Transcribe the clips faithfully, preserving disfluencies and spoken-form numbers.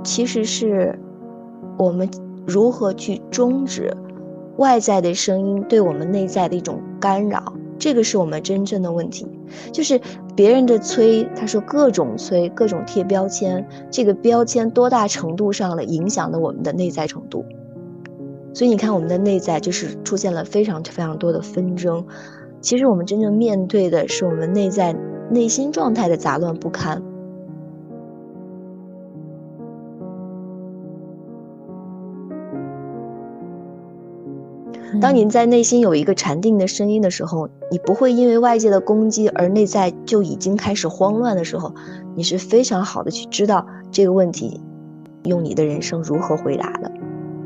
其实是我们如何去终止外在的声音对我们内在的一种干扰，这个是我们真正的问题。就是别人的催，他说各种催，各种贴标签，这个标签多大程度上的影响了我们的内在程度。所以你看我们的内在就是出现了非常非常多的纷争，其实我们真正面对的是我们内在内心状态的杂乱不堪。当你在内心有一个禅定的声音的时候，你不会因为外界的攻击而内在就已经开始慌乱的时候，你是非常好的去知道这个问题用你的人生如何回答的。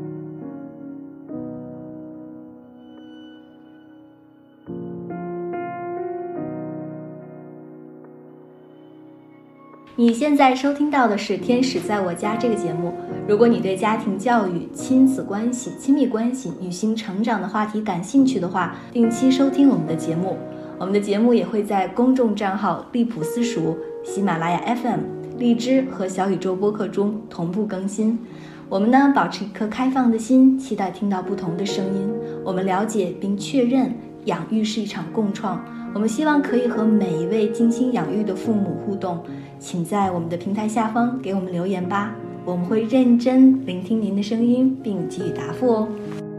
你现在收听到的是《天使在我家》这个节目。如果你对家庭教育、亲子关系、亲密关系、女性成长的话题感兴趣的话，定期收听我们的节目。我们的节目也会在公众账号利普私塾、喜马拉雅 F M、荔枝和小宇宙播客中同步更新。我们呢，保持一颗开放的心，期待听到不同的声音。我们了解并确认，养育是一场共创。我们希望可以和每一位精心养育的父母互动，请在我们的平台下方给我们留言吧，我们会认真聆听您的声音并给予答复哦。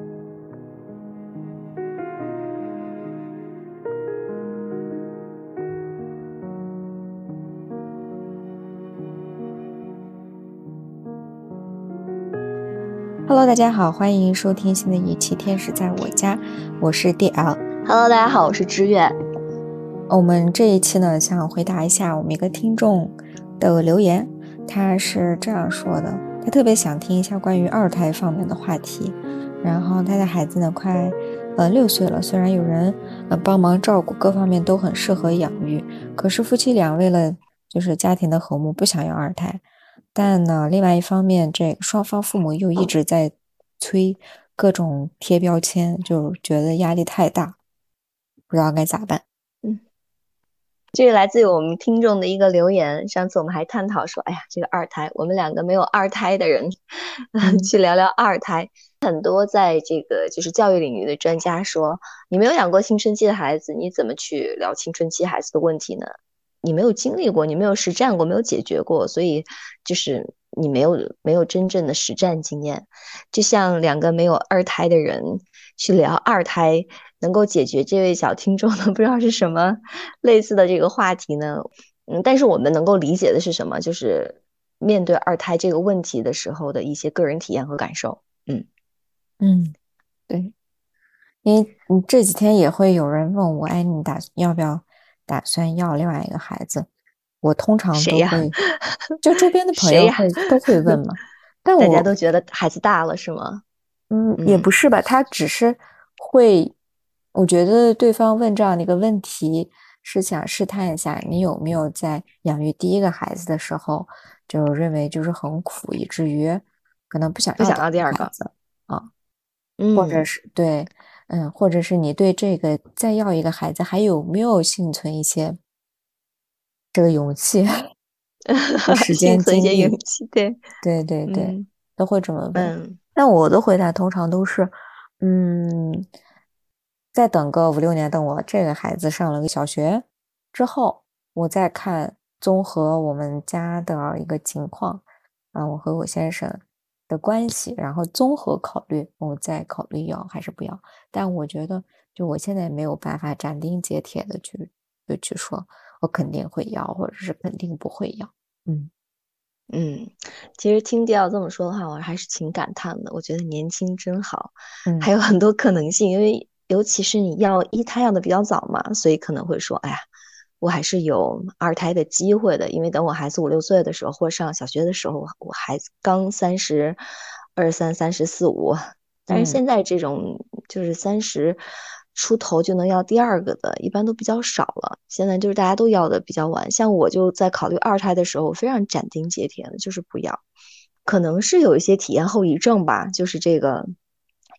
Hello， 大家好，欢迎收听新的一期《天使在我家》，我是 D L。Hello， 大家好，我是知月。 我们这一期呢，想回答一下我们一个听众的留言，他是这样说的：他特别想听一下关于二胎方面的话题。然后他的孩子呢，快呃六岁了，虽然有人呃帮忙照顾，各方面都很适合养育，可是夫妻俩为了就是家庭的和睦，不想要二胎。但呢，另外一方面，这双方父母又一直在催各种贴标签，就觉得压力太大，不知道该咋办。 嗯，这个来自于我们听众的一个留言。上次我们还探讨说，哎呀，这个二胎，我们两个没有二胎的人，嗯、去聊聊二胎。很多在这个就是教育领域的专家说，你没有养过青春期的孩子，你怎么去聊青春期孩子的问题呢？你没有经历过，你没有实战过，没有解决过，所以就是你没有没有真正的实战经验。就像两个没有二胎的人去聊二胎能够解决这位小听众的不知道是什么类似的这个话题呢？嗯，但是我们能够理解的是什么？就是面对二胎这个问题的时候的一些个人体验和感受。嗯嗯，对，因为你这几天也会有人问我，哎，你打要不要打算要另外一个孩子？我通常都会，就周边的朋友会都会问嘛。但我大家都觉得孩子大了是吗？ 嗯，也不是吧，他只是会，我觉得对方问这样的一个问题，是想试探一下你有没有在养育第一个孩子的时候，就认为就是很苦，以至于可能不想不想要第二个啊， 嗯， 或者是对，嗯，或者是你对这个再要一个孩子还有没有幸存一些这个勇气、时间、精力， 勇气，对， 对对对， 嗯、 都会这么问。 嗯但我的回答通常都是，嗯，再等个五六年，等我这个孩子上了个小学之后，我再看综合我们家的一个情况，啊，我和我先生的关系，然后综合考虑，我再考虑要还是不要。但我觉得，就我现在没有办法斩钉截铁的去就去说，我肯定会要，或者是肯定不会要。嗯。 嗯，其实听迪奥这么说的话，我还是挺感叹的。我觉得年轻真好， 嗯， 还有很多可能性。因为尤其是你要一胎要的比较早嘛，所以可能会说，哎呀，我还是有二胎的机会的。因为等我孩子五六岁的时候，或上小学的时候，我孩子刚三十二三、三十四五。但是现在这种就是三十出头就能要第二个的，一般都比较少了。现在就是大家都要的比较晚，像我就在考虑二胎的时候，非常斩钉截铁的，就是不要。可能是有一些体验后遗症吧，就是这个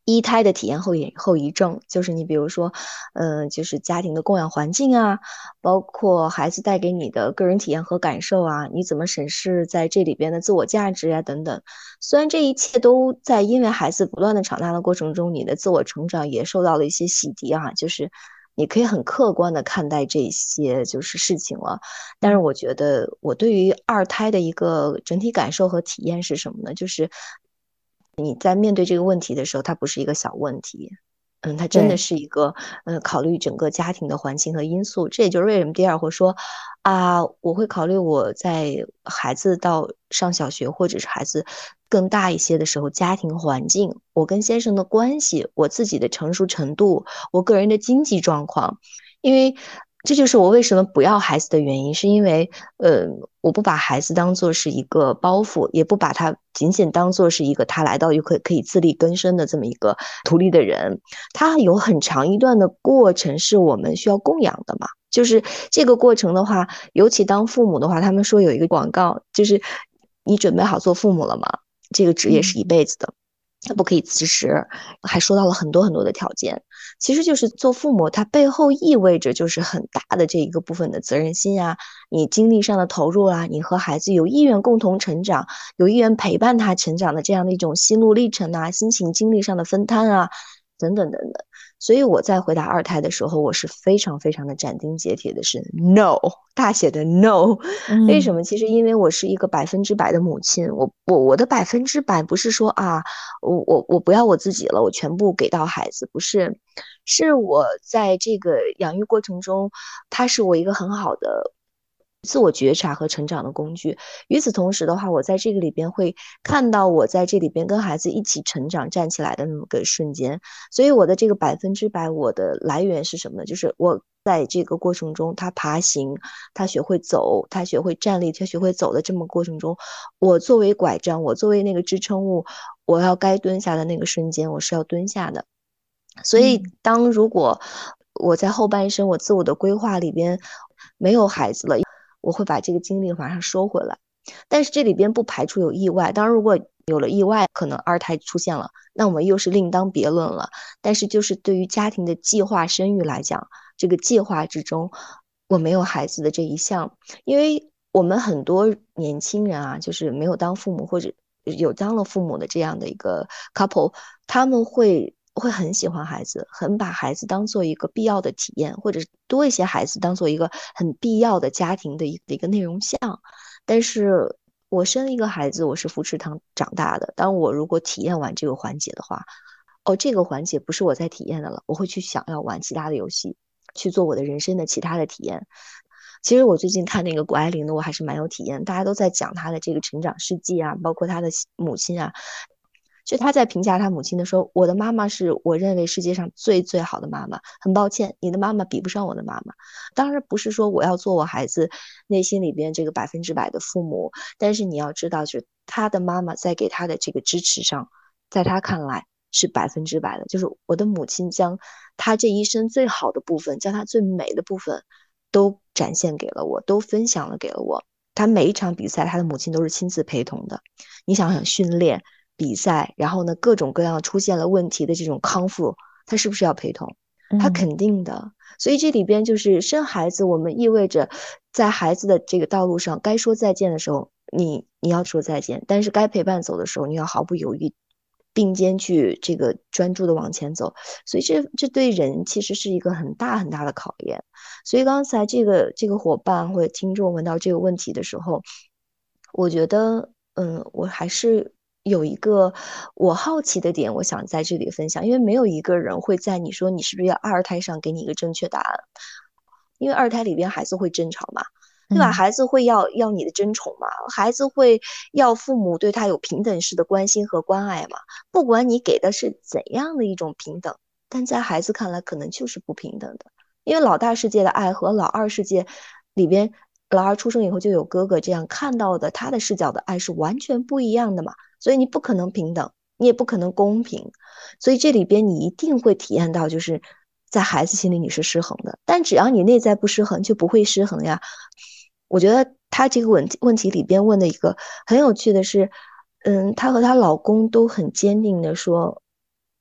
一胎的体验后遗后遗症，就是你比如说，嗯、呃，就是家庭的供养环境啊，包括孩子带给你的个人体验和感受啊，你怎么审视在这里边的自我价值啊等等。虽然这一切都在因为孩子不断的长大的过程中，你的自我成长也受到了一些洗涤啊，就是你可以很客观的看待这些就是事情了。但是我觉得我对于二胎的一个整体感受和体验是什么呢？就是你在面对这个问题的时候，它不是一个小问题，嗯，它真的对， 是一个，呃，考虑整个家庭的环境和因素。这也就是为什么第二会说，啊，我会考虑我在孩子到上小学，或者是孩子更大一些的时候，家庭环境，我跟先生的关系，我自己的成熟程度，我个人的经济状况，因为这就是我为什么不要孩子的原因，是因为，呃，我不把孩子当做是一个包袱，也不把他仅仅当做是一个他来到就可以可以自力更生的这么一个独立的人，他有很长一段的过程是我们需要供养的嘛。就是这个过程的话，尤其当父母的话，他们说有一个广告，就是你准备好做父母了吗？这个职业是一辈子的。他不可以辞职，还说到了很多很多的条件。其实就是做父母，它背后意味着就是很大的这一个部分的责任心啊，你精力上的投入啊，你和孩子有意愿共同成长，有意愿陪伴他成长的这样的一种心路历程啊，心情精力上的分摊啊，等等等等。所以我在回答二胎的时候，我是非常非常的斩钉截铁的是 no， 大写的 no。为什嗯么？其实因为我是一个百分之百的母亲，我我我的百分之百不是说啊，我我我不要我自己了，我全部给到孩子，不是，是我在这个养育过程中，他是我一个很好的自我觉察和成长的工具。与此同时的话，我在这个里边会看到我在这里边跟孩子一起成长站起来的那么个瞬间。所以我的这个百分之百，我的来源是什么呢？就是我在这个过程中，他爬行，他学会走，他学会站立，他学会走的这么过程中，我作为拐杖，我作为那个支撑物，我要该蹲下的那个瞬间，我是要蹲下的。所以， 嗯当如果我在后半生我自我的规划里边没有孩子了，我会把这个精力马上收回来。但是这里边不排除有意外，当然如果有了意外，可能二胎出现了，那我们又是另当别论了。但是就是对于家庭的计划生育来讲，这个计划之中，我没有孩子的这一项，因为我们很多年轻人啊，就是没有当父母或者有当了父母的这样的一个 couple，他们会会很喜欢孩子，很把孩子当做一个必要的体验，或者多一些孩子当做一个很必要的家庭的一个一个内容项。但是我生一个孩子，我是扶持他长大的。当我如果体验完这个环节的话，哦，这个环节不是我在体验的了，我会去想要玩其他的游戏，去做我的人生的其他的体验。其实我最近看那个谷爱凌的，我还是蛮有体验。大家都在讲她的这个成长事迹啊，包括她的母亲啊。就她在评价她母亲的时候，我的妈妈是我认为世界上最最好的妈妈。很抱歉，你的妈妈比不上我的妈妈。当然不是说我要做我孩子内心里边这个百分之百的父母，但是你要知道，就是他的妈妈在给他的这个支持上，在他看来是百分之百的。就是我的母亲将她这一生最好的部分，将她最美的部分都展现给了我，都分享了给了我。他每一场比赛，他的母亲都是亲自陪同的。你想想，训练、比赛，然后呢，各种各样出现了问题的这种康复，他是不是要陪同？他嗯肯定的。所以这里边就是生孩子，我们意味着在孩子的这个道路上，该说再见的时候，你你要说再见；但是该陪伴走的时候，你要毫不犹豫，并肩去这个专注的往前走。所以这这对人其实是一个很大很大的考验。所以刚才这个这个伙伴或者听众问到这个问题的时候，我觉得，嗯，我还是有一个我好奇的点，我想在这里分享，因为没有一个人会在你说你是不是要二胎上给你一个正确答案，因为二胎里边孩子会争吵嘛，对吧？ 嗯孩子会要要你的争宠嘛，孩子会要父母对他有平等式的关心和关爱嘛，不管你给的是怎样的一种平等，但在孩子看来可能就是不平等的，因为老大世界的爱和老二世界里边。老二出生以后就有哥哥，这样看到的他的视角的爱是完全不一样的嘛，所以你不可能平等，你也不可能公平，所以这里边你一定会体验到，就是在孩子心里你是失衡的，但只要你内在不失衡，就不会失衡呀。我觉得他这个问题问题里边问的一个很有趣的是，嗯，她和她老公都很坚定的说，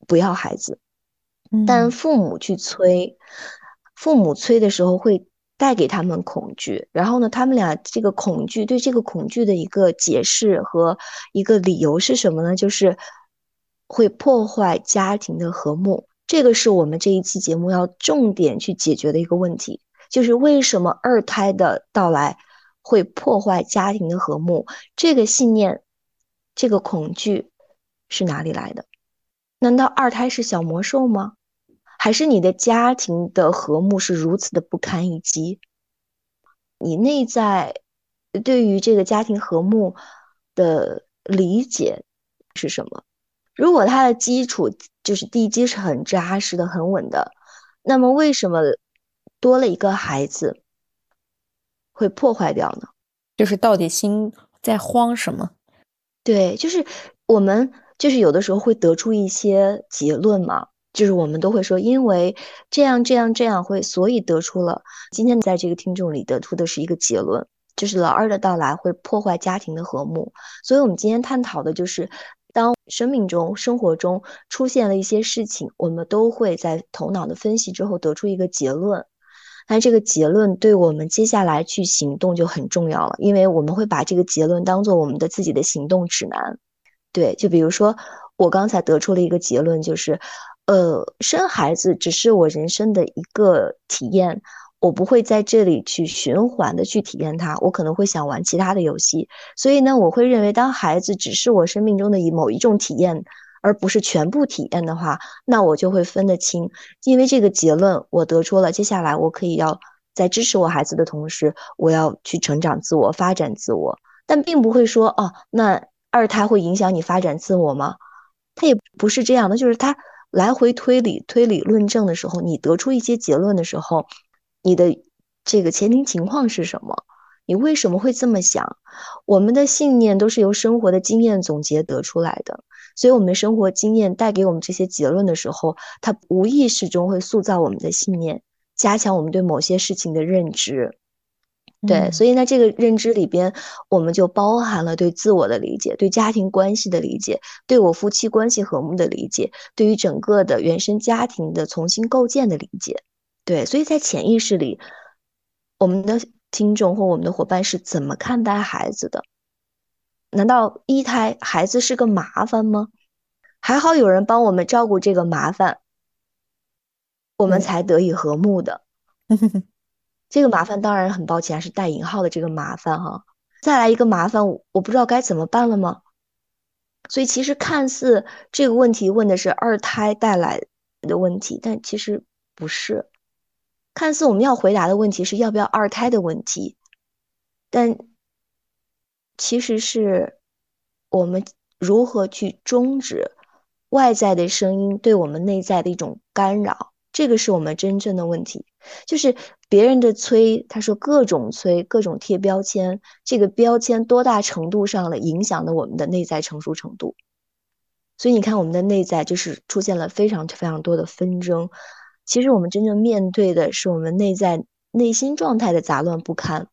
不要孩子，但嗯父母去催，父母催的时候会带给他们恐惧，然后呢，他们俩这个恐惧对这个恐惧的一个解释和一个理由是什么呢？就是会破坏家庭的和睦。这个是我们这一期节目要重点去解决的一个问题，就是为什么二胎的到来会破坏家庭的和睦？这个信念，这个恐惧是哪里来的？难道二胎是小魔兽吗？还是你的家庭的和睦是如此的不堪一击？你内在对于这个家庭和睦的理解是什么？如果它的基础就是地基是很扎实的、很稳的，那么为什么多了一个孩子会破坏掉呢？ 就是到底心在慌什么？ 对，就是我们就是有的时候会得出一些结论嘛，就是我们都会说，因为这样这样这样会，所以得出了今天在这个听众里得出的是一个结论，就是老二的到来会破坏家庭的和睦。所以我们今天探讨的就是，当生命中、生活中出现了一些事情，我们都会在头脑的分析之后得出一个结论。但这个结论对我们接下来去行动就很重要了，因为我们会把这个结论当做我们的自己的行动指南。对，就比如说我刚才得出了一个结论，就是呃，生孩子只是我人生的一个体验，我不会在这里去循环的去体验它，我可能会想玩其他的游戏。所以呢，我会认为当孩子只是我生命中的一某一种体验，而不是全部体验的话，那我就会分得清。因为这个结论我得出了，接下来我可以要在支持我孩子的同时，我要去成长自我、发展自我，但并不会说哦，那二胎会影响你发展自我吗？它也不是这样的，就是它来回推理、推理论证的时候，你得出一些结论的时候，你的这个前提情况是什么？你为什么会这么想？我们的信念都是由生活的经验总结得出来的，所以我们的生活经验带给我们这些结论的时候，它无意识中会塑造我们的信念，加强我们对某些事情的认知。对， 嗯所以呢，这个认知里边，我们就包含了对自我的理解，对家庭关系的理解，对我夫妻关系和睦的理解，对于整个的原生家庭的重新构建的理解。对，所以在潜意识里，我们的听众或我们的伙伴是怎么看待孩子的？难道一胎孩子是个麻烦吗？还好有人帮我们照顾这个麻烦，我们对， 才得以和睦的。这个麻烦当然很抱歉，是带引号的这个麻烦哈。再来一个麻烦，我不知道该怎么办了吗？所以其实看似这个问题问的是二胎带来的问题，但其实不是。看似我们要回答的问题是要不要二胎的问题，但其实是我们如何去终止外在的声音对我们内在的一种干扰，这个是我们真正的问题。就是别人的催，他说各种催，各种贴标签，这个标签多大程度上了影响了我们的内在成熟程度。所以你看，我们的内在就是出现了非常非常多的纷争。其实我们真正面对的是我们内在内心状态的杂乱不堪，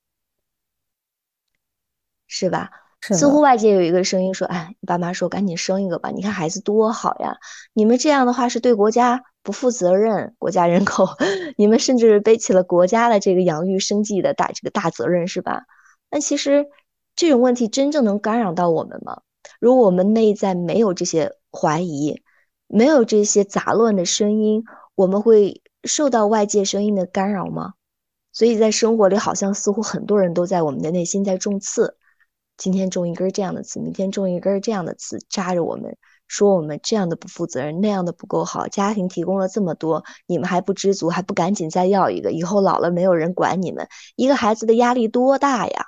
是吧？似乎是的， 外界有一个声音说：“哎，你爸妈说赶紧生一个吧，你看孩子多好呀！你们这样的话是对国家不负责任，国家人口，你们甚至背起了国家的这个养育生计的大这个大责任，是吧？”那其实这种问题真正能干扰到我们吗？如果我们内在没有这些怀疑，没有这些杂乱的声音，我们会受到外界声音的干扰吗？所以在生活里，好像似乎很多人都在我们的内心在种刺。今天种一根这样的刺，明天种一根这样的刺，扎着我们，说我们这样的不负责任，那样的不够好。家庭提供了这么多，你们还不知足，还不赶紧再要一个？以后老了没有人管你们，一个孩子的压力多大呀？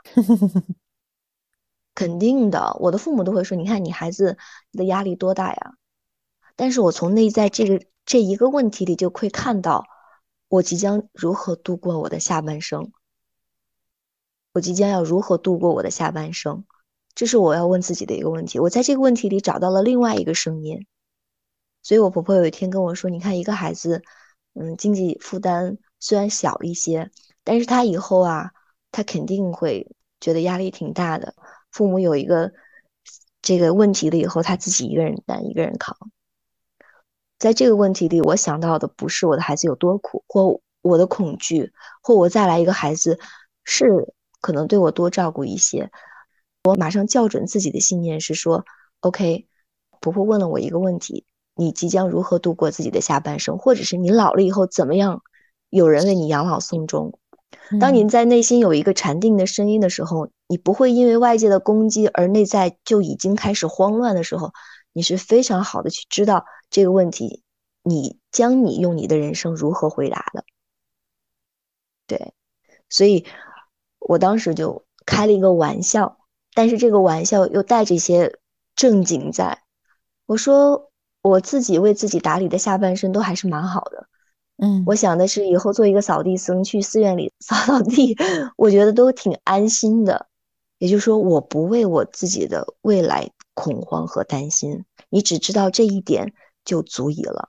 肯定的，我的父母都会说，你看你孩子的压力多大呀？但是我从内在这个这一个问题里就会看到，我即将如何度过我的下半生。我即将要如何度过我的下半生？这是我要问自己的一个问题。我在这个问题里找到了另外一个声音，所以我婆婆有一天跟我说：“你看，一个孩子，嗯，经济负担虽然小一些，但是他以后啊，他肯定会觉得压力挺大的。父母有一个这个问题了以后，他自己一个人担，一个人扛。” 在这个问题里，我想到的不是我的孩子有多苦，或我的恐惧，或我再来一个孩子是可能对我多照顾一些。我马上校准自己的信念是说 OK， 婆婆问了我一个问题，你即将如何度过自己的下半生，或者是你老了以后怎么样有人为你养老送终。当你在内心有一个禅定的声音的时候，你不会因为外界的攻击而内在就已经开始慌乱的时候，你是非常好的去知道这个问题，你将你用你的人生如何回答的。对，所以我当时就开了一个玩笑，但是这个玩笑又带着一些正经在。我说我自己为自己打理的下半身都还是蛮好的。 嗯， 我想的是以后做一个扫地僧，去寺院里扫扫地，我觉得都挺安心的。也就是说，我不为我自己的未来恐慌和担心，你只知道这一点就足以了。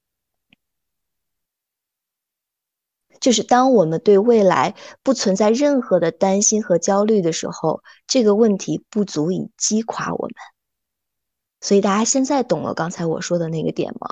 就是当我们对未来不存在任何的担心和焦虑的时候，这个问题不足以击垮我们。所以大家现在懂了刚才我说的那个点吗？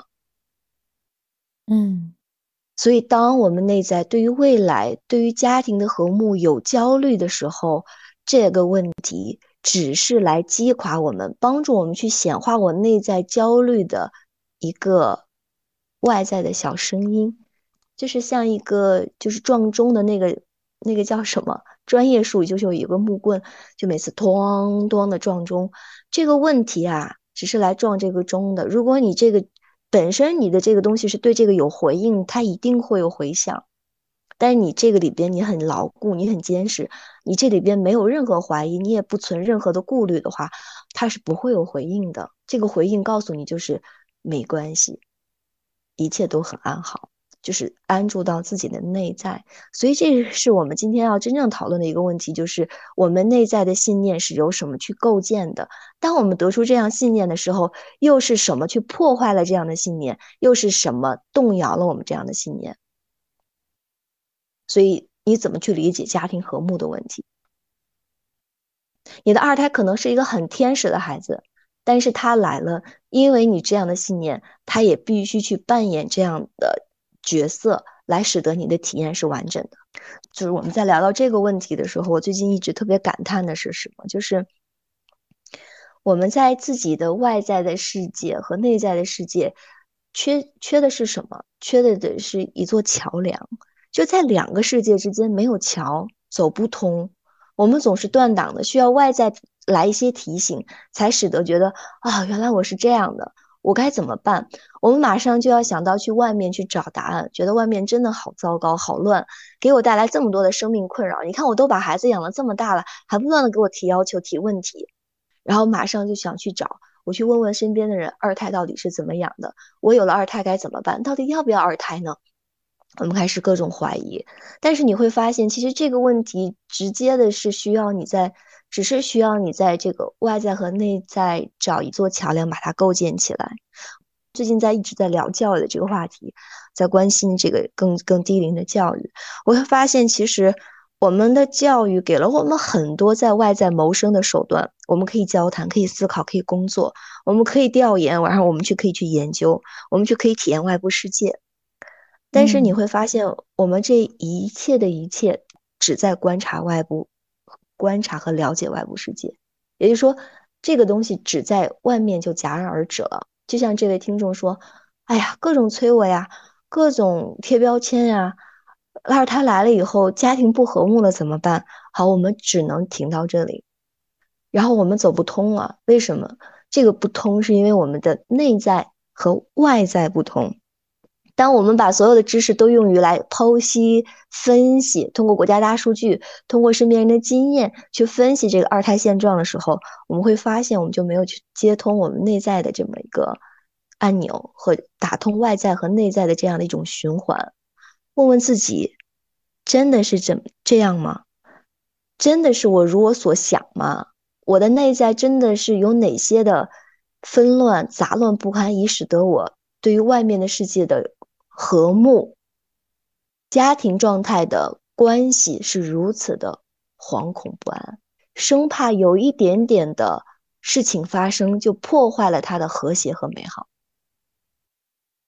嗯， 所以当我们内在对于未来、对于家庭的和睦有焦虑的时候，这个问题只是来击垮我们，帮助我们去显化我内在焦虑的一个外在的小声音，就是像一个就是撞钟的那个那个叫什么？专业术语就是有一个木棍，就每次咚咚的撞钟。这个问题啊，只是来撞这个钟的。如果你这个本身你的这个东西是对这个有回应，它一定会有回响。但是你这个里边你很牢固，你很坚实，你这里边没有任何怀疑，你也不存任何的顾虑的话，它是不会有回应的。这个回应告诉你就是没关系，一切都很安好，就是安住到自己的内在。所以这是我们今天要真正讨论的一个问题，就是我们内在的信念是由什么去构建的。当我们得出这样信念的时候，又是什么去破坏了这样的信念，又是什么动摇了我们这样的信念。所以你怎么去理解家庭和睦的问题？你的二胎可能是一个很天使的孩子，但是他来了，因为你这样的信念，他也必须去扮演这样的角色，来使得你的体验是完整的。就是我们在聊到这个问题的时候，我最近一直特别感叹的是什么？就是我们在自己的外在的世界和内在的世界缺缺的是什么？缺的的是一座桥梁。就在两个世界之间没有桥，走不通。我们总是断档的，需要外在来一些提醒，才使得觉得啊，原来我是这样的，我该怎么办？我们马上就要想到去外面去找答案，觉得外面真的好糟糕、好乱，给我带来这么多的生命困扰。你看，我都把孩子养了这么大了，还不断的给我提要求、提问题，然后马上就想去找，我去问问身边的人，二胎到底是怎么养的？我有了二胎该怎么办？到底要不要二胎呢？我们开始各种怀疑，但是你会发现，其实这个问题直接的是需要你在，只是需要你在这个外在和内在找一座桥梁，把它构建起来。最近在一直在聊教育的这个话题，在关心这个更更低龄的教育，我会发现，其实我们的教育给了我们很多在外在谋生的手段，我们可以交谈，可以思考，可以工作，我们可以调研，然后我们去可以去研究，我们去可以体验外部世界。但是你会发现，我们这一切的一切只在观察外部，观察和了解外部世界。也就是说，这个东西只在外面就戛然而止了。就像这位听众说：“哎呀，各种催我呀，各种贴标签呀，二胎来了以后，家庭不和睦了怎么办？”好，我们只能停到这里，然后我们走不通了。为什么？这个不通是因为我们的内在和外在不同。当我们把所有的知识都用于来剖析、分析，通过国家大数据，通过身边人的经验去分析这个二胎现状的时候，我们会发现，我们就没有去接通我们内在的这么一个按钮，和打通外在和内在的这样的一种循环。问问自己，真的是怎这样吗？真的是我如我所想吗？我的内在真的是有哪些的纷乱、杂乱不堪，以使得我对于外面的世界的和睦、家庭状态的关系是如此的惶恐不安，生怕有一点点的事情发生就破坏了它的和谐和美好。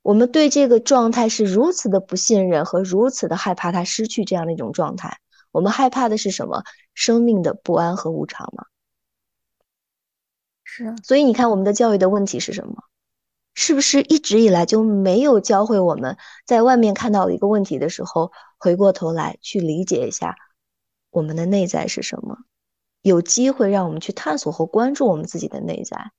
我们对这个状态是如此的不信任和如此的害怕它失去这样的一种状态。我们害怕的是什么？生命的不安和无常嘛。 是啊， 所以你看我们的教育的问题是什么？是不是一直以来就没有教会我们在外面看到一个问题的时候，回过头来去理解一下我们的内在是什么？有机会让我们去探索和关注我们自己的内在。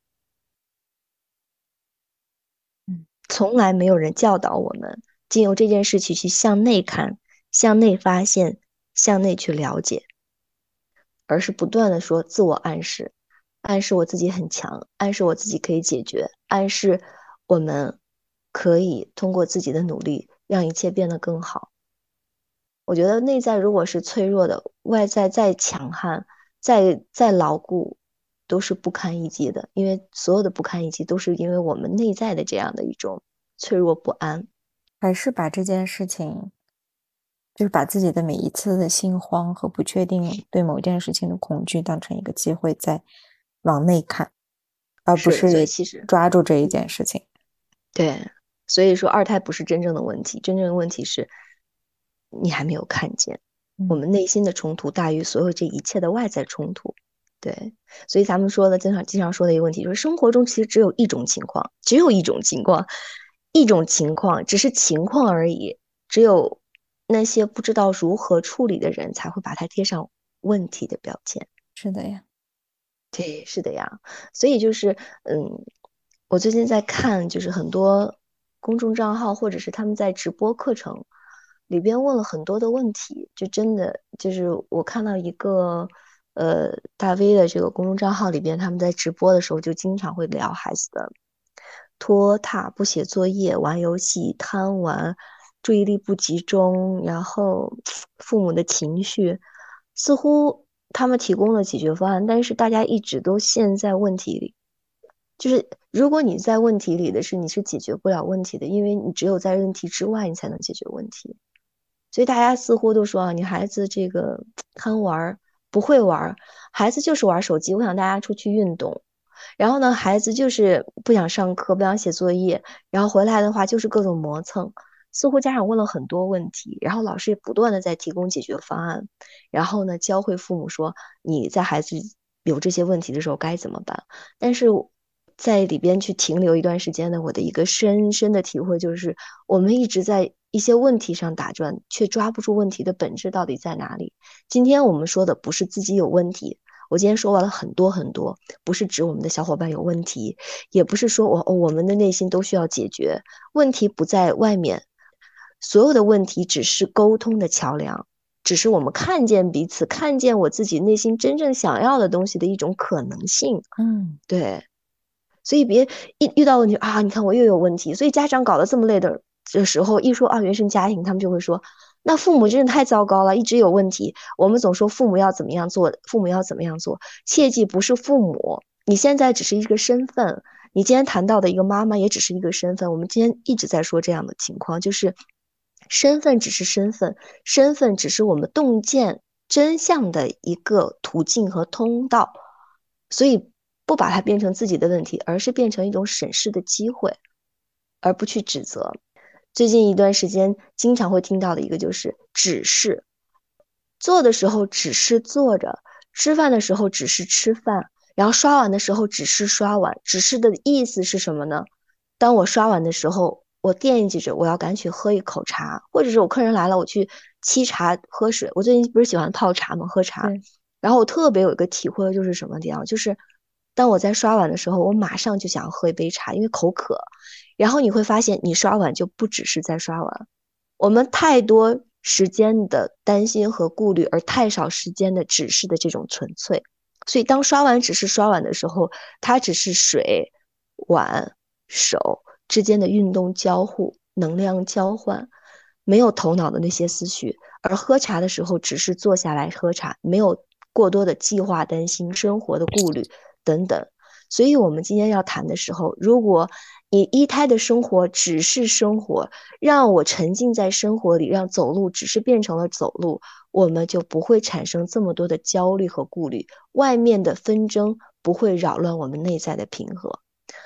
嗯， 从来没有人教导我们经由这件事情去向内看，向内发现，向内去了解，而是不断的说自我暗示，暗示我自己很强，暗示我自己可以解决，暗示我们可以通过自己的努力让一切变得更好。我觉得内在如果是脆弱的，外在再强悍，再再牢固，都是不堪一击的。因为所有的不堪一击，都是因为我们内在的这样的一种脆弱不安。 还是把这件事情，就是把自己的每一次的心慌和不确定，对某件事情的恐惧，当成一个机会，再往内看，而不是，所以是其实抓住这一件事情。 对，所以说二胎不是真正的问题，真正的问题是你还没有看见，我嗯， 们内心的冲突大于所有这一切的外在冲突。对，所以咱们说的经常经常说的一个问题就是，生活中其实只有一种情况，只有一种情况，一种情况，只是情况而已。只有那些不知道如何处理的人，才会把它贴上问题的标签。 是的呀。 对，是的呀。所以就是，嗯，我最近在看，就是很多公众账号或者是他们在直播课程里边问了很多的问题，就真的就是我看到一个呃大 V 的这个公众账号里边，他们在直播的时候就经常会聊孩子的拖沓、不写作业、玩游戏、贪玩、注意力不集中，然后父母的情绪，似乎他们提供了解决方案，但是大家一直都陷在问题里。就是如果你在问题里的是，你是解决不了问题的，因为你只有在问题之外，你才能解决问题。所以大家似乎都说啊，你孩子这个贪玩不会玩，孩子就是玩手机，我想大家出去运动。然后呢，孩子就是不想上课，不想写作业，然后回来的话就是各种磨蹭。似乎家长问了很多问题，然后老师也不断的在提供解决方案，然后呢，教会父母说你在孩子有这些问题的时候该怎么办。但是在里边去停留一段时间呢，我的一个深深的体会就是，我们一直在一些问题上打转，却抓不住问题的本质到底在哪里。今天我们说的不是自己有问题，我今天说完了很多很多，不是指我们的小伙伴有问题，也不是说我、哦、我们的内心都需要解决，问题不在外面，所有的问题只是沟通的桥梁，只是我们看见彼此，看见我自己内心真正想要的东西的一种可能性。 嗯， 对，所以别一遇到问题啊，你看我又有问题，所以家长搞得这么累的的时候，一说啊原生家庭，他们就会说，那父母真的太糟糕了，一直有问题。我们总说父母要怎么样做，父母要怎么样做，切记不是父母，你现在只是一个身份，你今天谈到的一个妈妈也只是一个身份。我们今天一直在说这样的情况，就是身份只是身份，身份只是我们洞见真相的一个途径和通道。所以不把它变成自己的问题，而是变成一种审视的机会，而不去指责。最近一段时间经常会听到的一个就是只是做的时候只是坐着，吃饭的时候只是吃饭，然后刷碗的时候只是刷碗。只是的意思是什么呢？当我刷碗的时候，我惦记着我要赶紧喝一口茶，或者是我客人来了，我去沏茶喝水。我最近不是喜欢泡茶吗？喝茶。 对， 然后我特别有一个体会，就是什么地方，就是当我在刷碗的时候，我马上就想喝一杯茶，因为口渴。然后你会发现，你刷碗就不只是在刷碗，我们太多时间的担心和顾虑，而太少时间的只是的这种纯粹。所以当刷碗只是刷碗的时候，它只是水、碗、手之间的运动交互、能量交换，没有头脑的那些思绪。而喝茶的时候，只是坐下来喝茶，没有过多的计划、担心、生活的顾虑等等。所以我们今天要谈的时候，如果你一胎的生活只是生活，让我沉浸在生活里，让走路只是变成了走路，我们就不会产生这么多的焦虑和顾虑，外面的纷争不会扰乱我们内在的平和。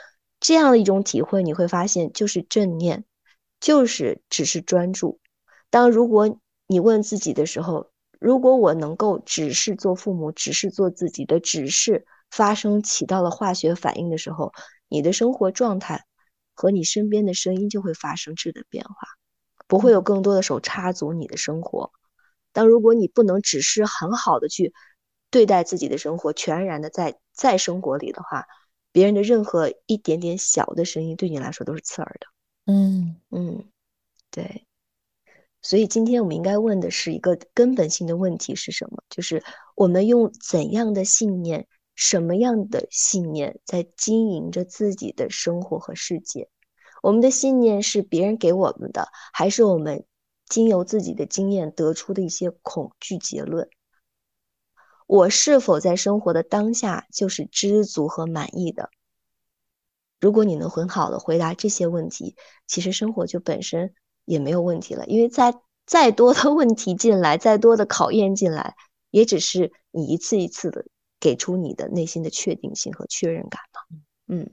这样的一种体会，你会发现就是正念，就是只是专注。当如果你问自己的时候，如果我能够只是做父母，只是做自己的，只是发生起到了化学反应的时候，你的生活状态和你身边的声音就会发生质的变化，不会有更多的手插足你的生活。但如果你不能只是很好的去对待自己的生活，全然的在在生活里的话，别人的任何一点点小的声音对你来说都是刺耳的。 嗯嗯，对。所以今天我们应该问的是一个根本性的问题是什么？就是我们用怎样的信念，什么样的信念在经营着自己的生活和世界？我们的信念是别人给我们的，还是我们经由自己的经验得出的一些恐惧结论？我是否在生活的当下就是知足和满意的？如果你能很好的回答这些问题，其实生活就本身也没有问题了，因为再再多的问题进来，再多的考验进来，也只是你一次一次的给出你的内心的确定性和确认感嘛。嗯，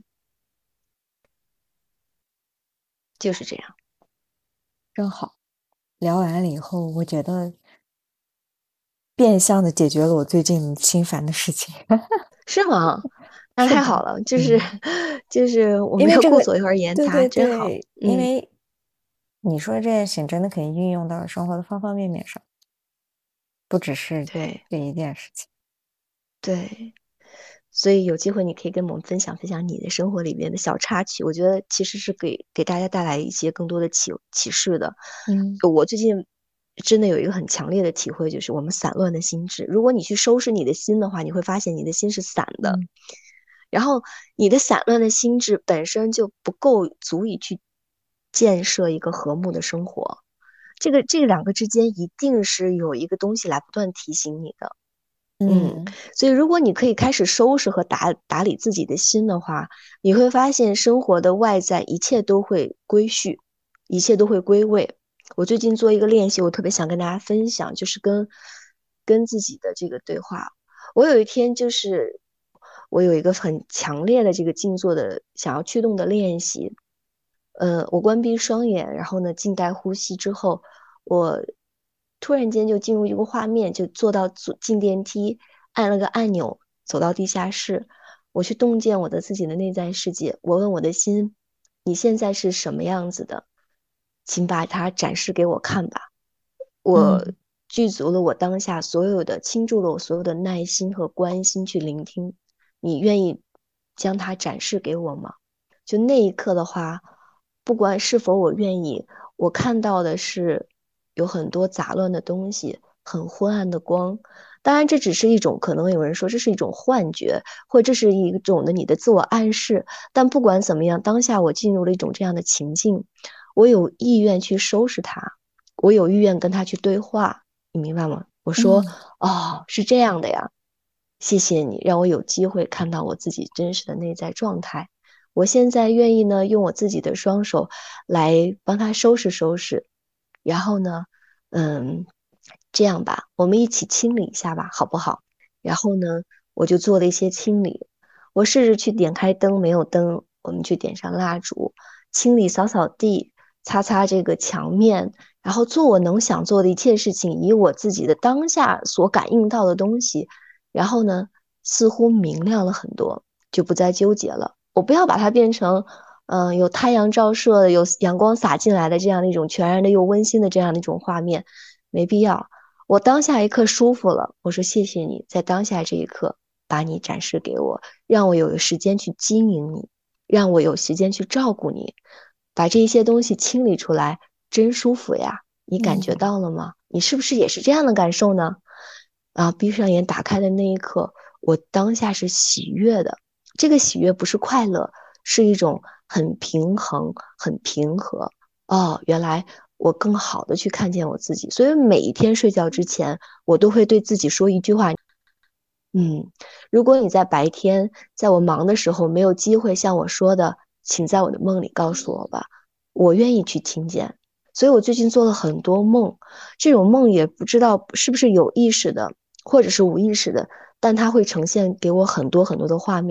就是这样。 真好。聊完了以后，我觉得变相的解决了我最近心烦的事情。 是吗？那是的， 太好了，就是嗯就是我们要因为这个， 顾左右而言他， 对对真好。 对，因嗯， 为你说这件事情真的可以运用到生活的方方面面上，不只是对这一件事情。 对。所以有机会你可以跟我们分享分享你的生活里面的小插曲，我觉得其实是给给大家带来一些更多的启启示的。 嗯我最近真的有一个很强烈的体会，就是我们散乱的心智。如果你去收拾你的心的话，你会发现你的心是散的， 嗯然后你的散乱的心智本身就不够足以去建设一个和睦的生活。这个这两个之间一定是有一个东西来不断提醒你的。嗯， 嗯所以如果你可以开始收拾和打打理自己的心的话，你会发现生活的外在一切都会归序，一切都会归位。我最近做一个练习，我特别想跟大家分享，就是跟跟自己的这个对话。我有一天就是我有一个很强烈的这个静坐的想要驱动的练习，呃，我关闭双眼，然后呢静待呼吸之后，我突然间就进入一个画面，就坐到坐进电梯，按了个按钮，走到地下室，我去洞见我的自己的内在世界。我问我的心，你现在是什么样子的？请把它展示给我看吧。我嗯具足了我当下所有的，倾注了我所有的耐心和关心去聆听。你愿意将它展示给我吗？就那一刻的话，不管是否我愿意，我看到的是有很多杂乱的东西，很昏暗的光。当然，这只是一种，可能有人说这是一种幻觉，或这是一种的你的自我暗示。但不管怎么样，当下我进入了一种这样的情境，我有意愿去收拾它，我有意愿跟他去对话，你明白吗？我说， 嗯哦，是这样的呀，谢谢你让我有机会看到我自己真实的内在状态。我现在愿意呢，用我自己的双手来帮他收拾收拾，然后呢，嗯，这样吧，我们一起清理一下吧，好不好？然后呢，我就做了一些清理，我试着去点开灯，没有灯，我们去点上蜡烛，清理扫扫地，擦擦这个墙面，然后做我能想做的一切事情，以我自己的当下所感应到的东西，然后呢，似乎明亮了很多，就不再纠结了。我不要把它变成，嗯、呃有太阳照射的，有阳光洒进来的这样的一种全然的又温馨的这样的一种画面，没必要。我当下一刻舒服了，我说谢谢你在当下这一刻把你展示给我，让我有时间去经营你，让我有时间去照顾你，把这一些东西清理出来，真舒服呀！你感觉嗯到了吗？你是不是也是这样的感受呢？啊，闭上眼打开的那一刻，我当下是喜悦的。这个喜悦不是快乐，是一种很平衡、很平和。哦，原来我更好的去看见我自己。所以每一天睡觉之前，我都会对自己说一句话：嗯，如果你在白天，在我忙的时候没有机会像我说的，请在我的梦里告诉我吧，我愿意去听见。所以我最近做了很多梦，这种梦也不知道是不是有意识的，或者是无意识的，但它会呈现给我很多很多的画面。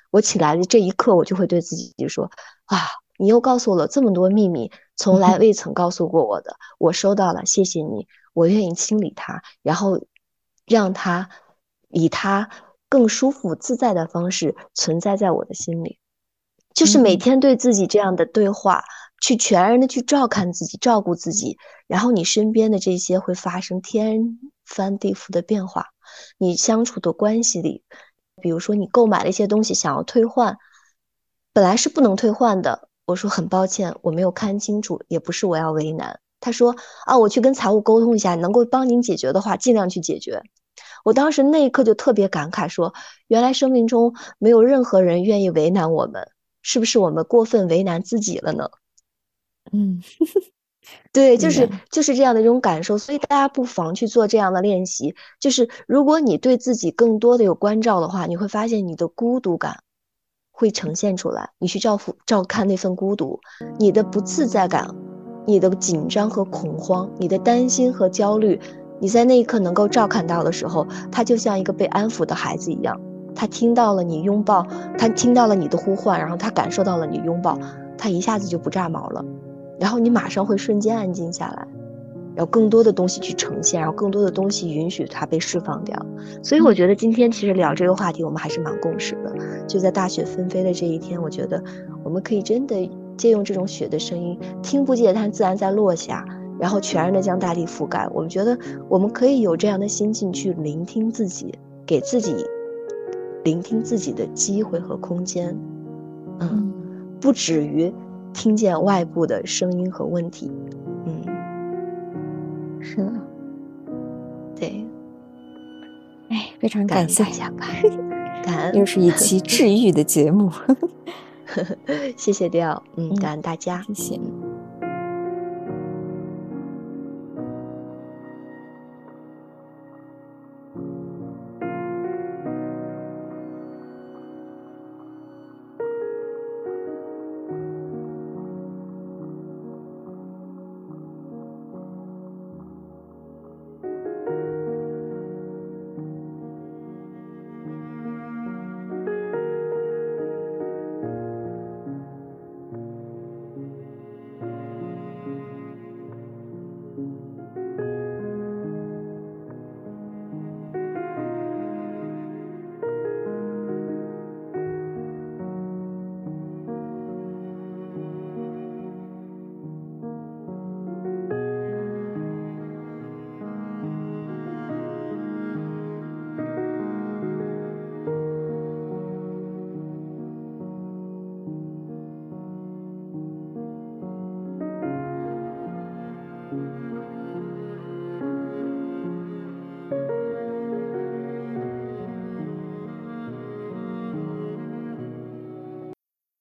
我起来的这一刻，我就会对自己说啊，你又告诉我了这么多秘密，从来未曾告诉过我的，我收到了，谢谢你，我愿意清理它，然后让它以它更舒服自在的方式存在在我的心里。就是每天对自己这样的对话，去全然的去照看自己，照顾自己，然后你身边的这些会发生天翻地覆的变化。你相处的关系里，比如说你购买了一些东西想要退换，本来是不能退换的，我说很抱歉，我没有看清楚，也不是我要为难。他说啊，我去跟财务沟通一下，能够帮您解决的话，尽量去解决。我当时那一刻就特别感慨说，原来生命中没有任何人愿意为难我们，是不是我们过分为难自己了呢？ 嗯， 对，就是就是这样的一种感受，所以大家不妨去做这样的练习。就是如果你对自己更多的有关照的话，你会发现你的孤独感会呈现出来，你去照顾照看那份孤独，你的不自在感，你的紧张和恐慌，你的担心和焦虑，你在那一刻能够照看到的时候，他就像一个被安抚的孩子一样，他听到了你拥抱，他听到了你的呼唤，然后他感受到了你拥抱，他一下子就不炸毛了，然后你马上会瞬间安静下来，然后更多的东西去呈现，然后更多的东西允许它被释放掉。所以我觉得今天其实聊这个话题我们还是蛮共识的，就在大雪纷飞的这一天，我觉得我们可以真的借用这种雪的声音，听不见它自然在落下，然后全然的将大地覆盖。我们觉得我们可以有这样的心境去聆听自己，给自己聆听自己的机会和空间，嗯，不止于听见外部的声音和问题。嗯， 是的， 对， 哎，非常感谢大家吧，感恩， 又是一期治愈的节目。 谢谢调，嗯，感恩大家， 谢谢。 嗯。